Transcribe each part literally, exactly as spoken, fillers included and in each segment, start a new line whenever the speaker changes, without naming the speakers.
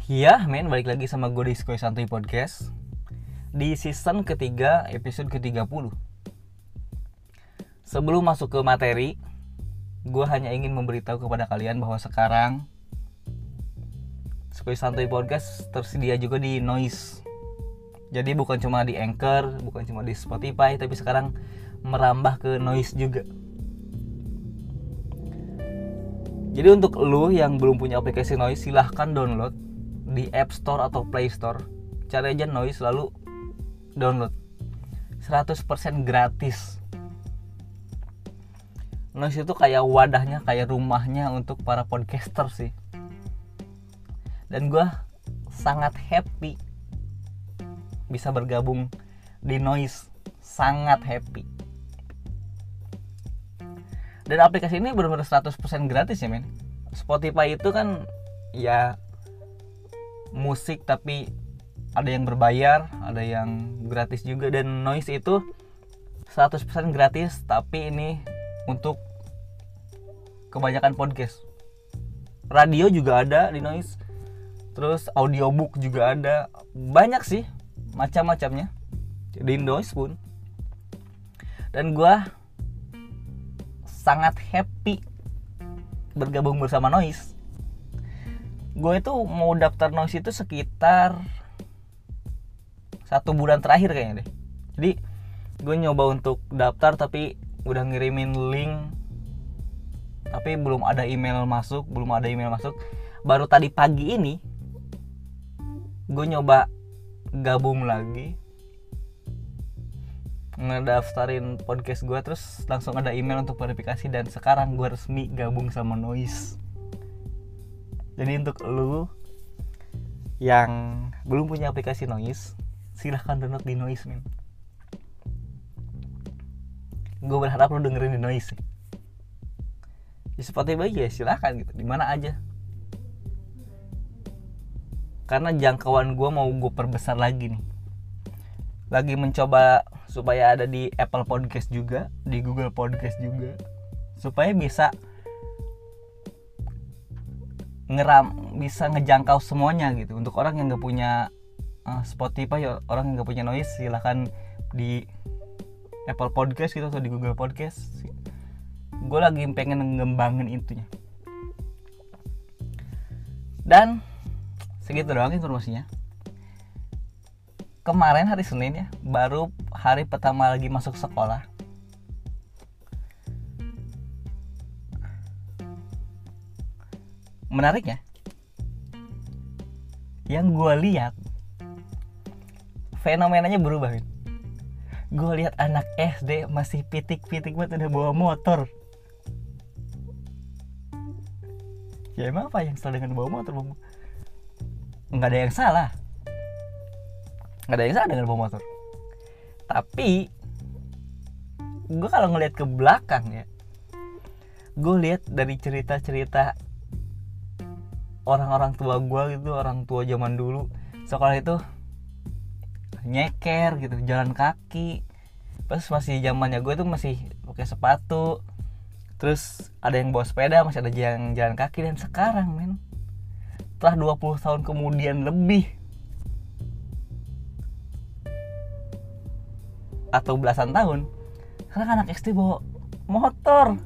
Iya men, balik lagi sama gue di Skoy Santuy Podcast di season ketiga episode ke tiga puluh. Sebelum masuk ke materi, gue hanya ingin memberitahu kepada kalian bahwa sekarang Skoy Santuy Podcast tersedia juga di Noise. Jadi bukan cuma di Anchor, bukan cuma di Spotify, tapi sekarang merambah ke Noise juga. Jadi untuk lu yang belum punya aplikasi Noise, silahkan download di App Store atau Play Store. Cari aja Noise lalu download. seratus persen gratis. Noise itu kayak wadahnya, kayak rumahnya untuk para podcaster sih. Dan gue sangat happy bisa bergabung di Noise. Sangat happy. Dan aplikasi ini benar-benar seratus persen gratis ya men. Spotify itu kan ya musik tapi ada yang berbayar, ada yang gratis juga. Dan Noise itu seratus persen gratis, tapi ini untuk kebanyakan podcast. Radio juga ada di Noise. Terus audiobook juga ada. Banyak sih macam-macamnya di Noise pun. Dan gue sangat happy bergabung bersama Noise. Gue itu mau daftar Noise itu sekitar satu bulan terakhir kayaknya deh. Jadi gue nyoba untuk daftar tapi udah ngirimin link, tapi belum ada email masuk, belum ada email masuk. Baru tadi pagi ini gue nyoba gabung lagi, ngedaftarin podcast gue, terus langsung ada email untuk verifikasi, dan sekarang gue resmi gabung sama Noise. Jadi untuk lu yang belum punya aplikasi Noise, silahkan download di Noise men. Gue berharap lu dengerin di Noise. Di Spotify ya silahkan gitu, di mana aja. Karena jangkauan gue mau gue perbesar lagi nih. Lagi mencoba supaya ada di Apple Podcast juga, di Google Podcast juga, supaya bisa ngeram, bisa ngejangkau semuanya gitu. Untuk orang yang nggak punya uh, Spotify, orang yang nggak punya Noise, silahkan di Apple Podcast gitu atau di Google Podcast. Gue lagi pengen ngembangin itunya. Dan segitu doang informasinya. Kemarin hari Senin ya, baru hari pertama lagi masuk sekolah. Menariknya, yang gue lihat fenomenanya berubah. Gue lihat anak S D masih pitik-pitik banget udah bawa motor. Ya emang apa yang salah dengan bawa motor? Nggak ada yang salah. Nggak ada yang salah dengan bawa motor. Tapi gue kalau ngelihat ke belakang ya, gue lihat dari cerita-cerita orang-orang tua gue gitu, orang tua zaman dulu sekolah itu nyeker gitu, jalan kaki. Pas masih zamannya gue tuh masih pakai sepatu. Terus ada yang bawa sepeda, masih ada yang jalan kaki. Dan sekarang men, setelah dua puluh tahun kemudian lebih, atau belasan tahun, sekarang anak S D bawa motor.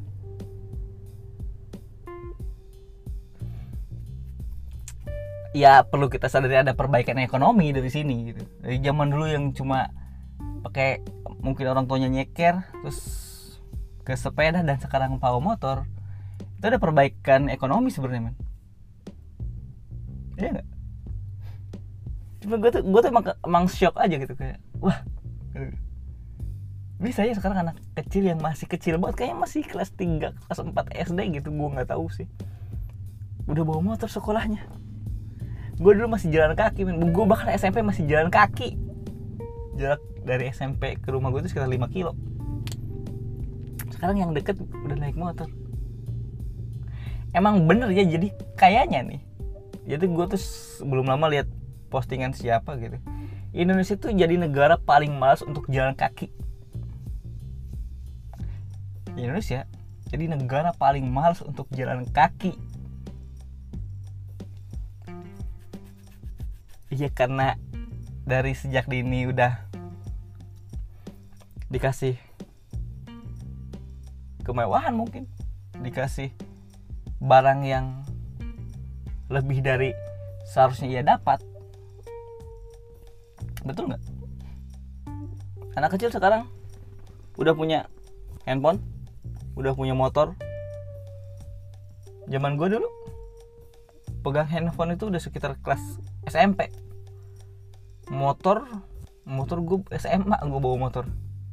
Ya perlu kita sadari ada perbaikan ekonomi dari sini gitu. Dari zaman dulu yang cuma pakai, mungkin orang tuanya nyeker terus ke sepeda, dan sekarang bawa motor, itu ada perbaikan ekonomi sebenarnya men. Iya nggak? Cuma gue tuh gue tuh emang, emang shock aja gitu, kayak wah bisa ya sekarang anak kecil yang masih kecil banget, kayaknya masih kelas tiga, kelas empat S D gitu, gue nggak tahu sih, udah bawa motor sekolahnya. Gue dulu masih jalan kaki men. Gue bahkan S M P masih jalan kaki. Jarak dari S M P ke rumah gue itu sekitar lima kilo. Sekarang yang deket udah naik motor. Emang bener ya, jadi kayaknya nih, jadi gue tuh belum lama lihat postingan siapa gitu, Indonesia tuh jadi negara paling malas untuk jalan kaki. Indonesia jadi negara paling malas untuk jalan kaki. Iya, karena dari sejak dini udah dikasih kemewahan, mungkin dikasih barang yang lebih dari seharusnya ia dapat. Betul nggak? Anak kecil sekarang udah punya handphone, udah punya motor. Zaman gue dulu pegang handphone itu udah sekitar kelas S M P. Motor, motor gue S M A gue bawa motor.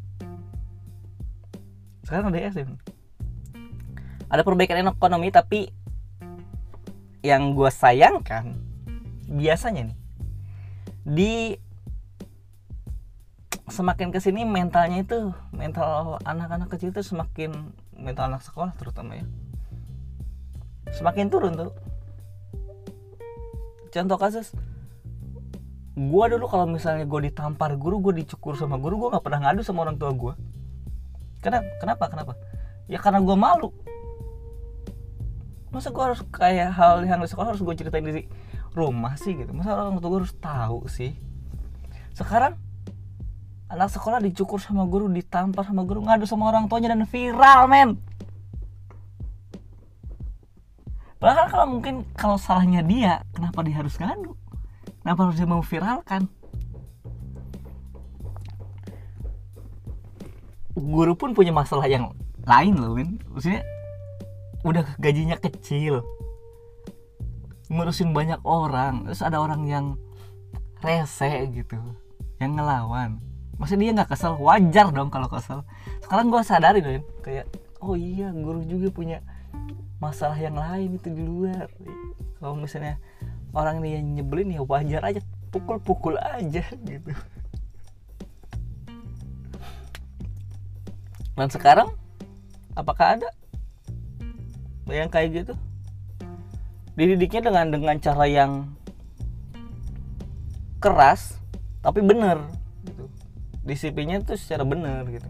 Sekarang udah S M. Ada perbaikan ekonomi, tapi yang gue sayangkan biasanya nih di semakin kesini mentalnya itu, mental anak-anak kecil itu semakin, mental anak sekolah terutama ya, semakin turun tuh. Contoh kasus, gue dulu kalau misalnya gue ditampar guru, gue dicukur sama guru, gue nggak pernah ngadu sama orang tua gue. Karena kenapa? Kenapa? Ya karena gue malu. Masa gue harus kayak hal yang di sekolah harus gue ceritain di rumah sih gitu? Masa orang tua gue harus tahu sih? Sekarang anak sekolah dicukur sama guru, ditampar sama guru, ngadu sama orang tuanya dan viral, men. Padahal kalau mungkin kalau salahnya dia, kenapa dia harus ngadu? Kenapa harus dia mau viralkan? Guru pun punya masalah yang lain loh, men. Maksudnya udah gajinya kecil, ngurusin banyak orang, terus ada orang yang rese gitu, yang ngelawan. Maksudnya dia nggak kesel, wajar dong kalau kesel. Sekarang gue sadari dong, kayak oh iya, guru juga punya masalah yang lain itu di luar. Kalau misalnya orang ini yang nyebelin, ya wajar aja, pukul-pukul aja gitu. Dan sekarang apakah ada yang kayak gitu? Dididiknya dengan dengan cara yang keras tapi bener gitu. Disiplinnya tuh secara bener gitu.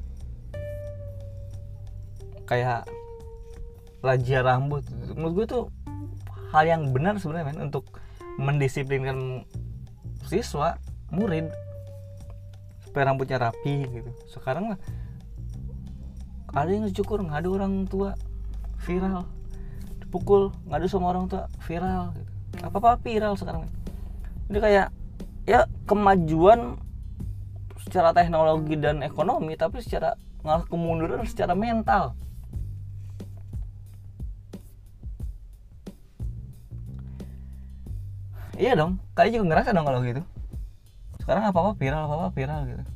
Kayak razia rambut. Menurut gue tuh hal yang benar sebenarnya, men, untuk mendisiplinkan siswa, murid supaya rambutnya rapi gitu. Sekarang mah ada yang dicukur, ngadu orang tua, viral. Dipukul, ngadu sama orang tua, viral gitu. Apa-apa viral sekarang. Ini kayak ya kemajuan secara teknologi dan ekonomi, tapi secara ngalah kemunduran secara mental. Iya dong, kalian juga ngerasa dong kalau gitu. Sekarang apa-apa viral, apa-apa viral gitu.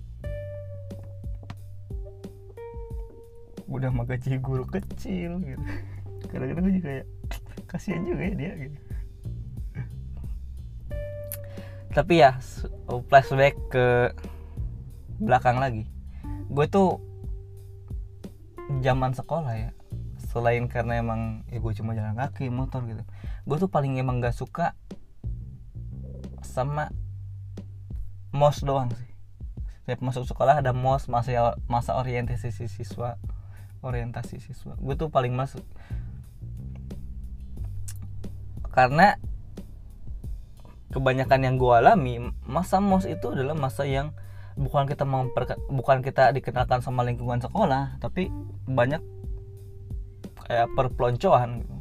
Udah mah gaji guru kecil gitu. Kadang-kadang gue juga kayak kasihan juga ya dia gitu. Tapi ya flashback ke belakang lagi, gue tuh zaman sekolah ya, selain karena emang ya gue cuma jalan kaki, motor gitu, gue tuh paling emang gak suka sama mos doang sih. Setiap masuk sekolah ada mos, masa masa orientasi siswa, orientasi siswa. Gue tuh paling masuk karena kebanyakan yang gue alami masa mos itu adalah masa yang bukan kita memper, bukan kita dikenalkan sama lingkungan sekolah, tapi banyak kayak perpeloncoan gitu.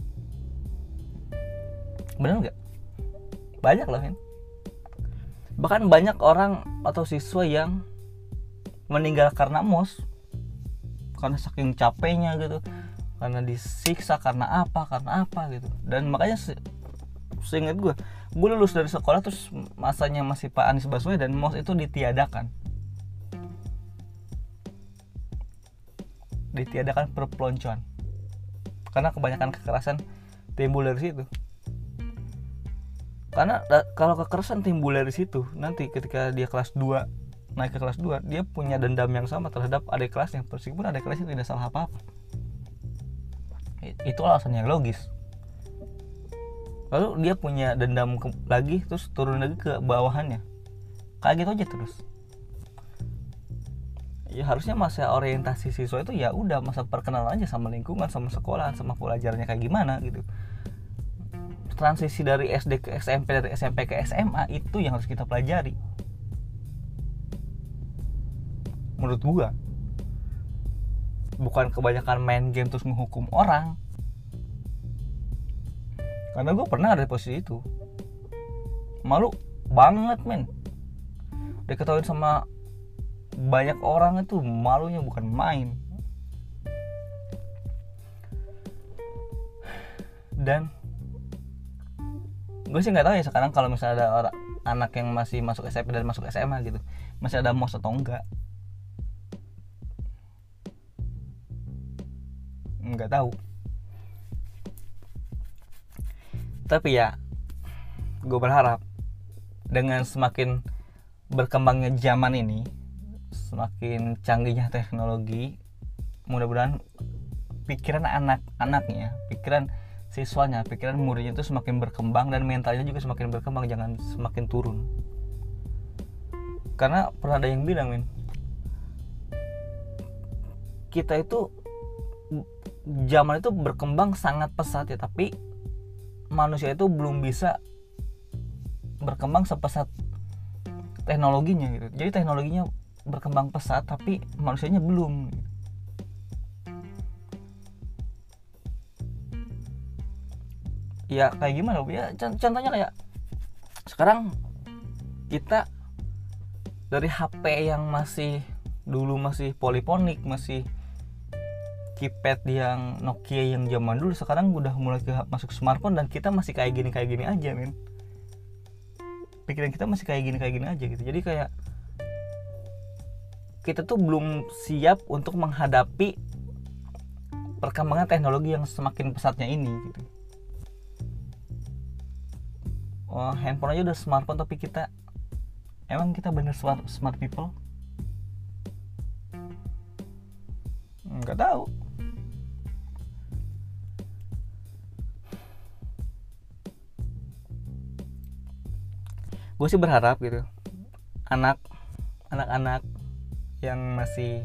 Bener nggak? Banyak loh, kan? Bahkan banyak orang atau siswa yang meninggal karena mos, karena saking capeknya gitu, karena disiksa, karena apa, karena apa gitu. Dan makanya se- seingat gue, gue lulus dari sekolah terus masanya masih Pak Anies Baswedan, mos itu ditiadakan. Ditiadakan perpeloncoan. Karena kebanyakan kekerasan timbul dari situ. Karena da- kalau kekerasan timbul dari situ, nanti ketika dia kelas dua, naik ke kelas dua, dia punya dendam yang sama terhadap adik kelasnya, meskipun adik kelasnya tidak salah apa-apa. Itu alasan yang logis. Lalu dia punya dendam ke- lagi, terus turun lagi ke bawahannya. Kayak gitu aja terus. Ya harusnya masa orientasi siswa itu ya udah masa perkenalan aja sama lingkungan, sama sekolah, sama pelajarannya kayak gimana gitu. transisi dari S D ke S M P, dari S M P ke S M A, itu yang harus kita pelajari menurut gua. Bukan kebanyakan main game terus menghukum orang, karena gua pernah ada di posisi itu. Malu banget men, diketahuin sama banyak orang itu malunya bukan main. Dan gue sih nggak tahu ya sekarang kalau misalnya ada orang anak yang masih masuk S M P dan masuk S M A gitu, masih ada mos atau enggak, nggak tahu. Tapi ya gue berharap dengan semakin berkembangnya zaman ini, semakin canggihnya teknologi, mudah-mudahan pikiran anak-anaknya, pikiran siswanya, pikiran muridnya itu semakin berkembang dan mentalnya juga semakin berkembang, jangan semakin turun. Karena pernah ada yang bilang, men, kita itu zaman itu berkembang sangat pesat ya, tapi manusia itu belum bisa berkembang sepesat teknologinya gitu. Jadi teknologinya berkembang pesat tapi manusianya belum. Ya kayak gimana ya, contohnya kayak sekarang kita dari H P yang masih dulu masih poliponik, masih keypad yang Nokia yang zaman dulu, sekarang udah mulai ke masuk smartphone dan kita masih kayak gini kayak gini aja, men. Pikiran kita masih kayak gini kayak gini aja gitu. Jadi kayak kita tuh belum siap untuk menghadapi perkembangan teknologi yang semakin pesatnya ini gitu. Oh, handphone aja udah smartphone, tapi kita emang kita bener smart, smart people? Nggak tahu. Gue sih berharap gitu, anak anak-anak yang masih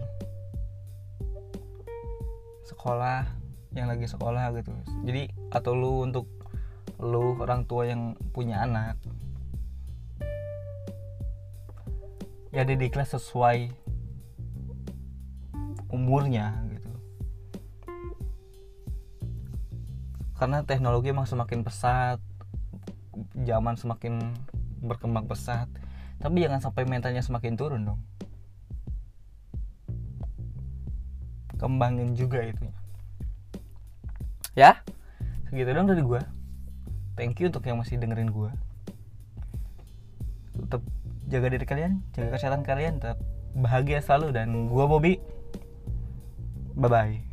sekolah, yang lagi sekolah gitu, jadi atau lu untuk lu orang tua yang punya anak, ya didiklah sesuai umurnya gitu. Karena teknologi emang semakin pesat, zaman semakin berkembang pesat, tapi jangan sampai mentalnya semakin turun dong. Kembangin juga itu ya. Segitu dong dari gue. Thank you untuk yang masih dengerin gue. Tetap jaga diri kalian, jaga kesehatan kalian, tetap bahagia selalu. Dan gue Bobby, bye bye.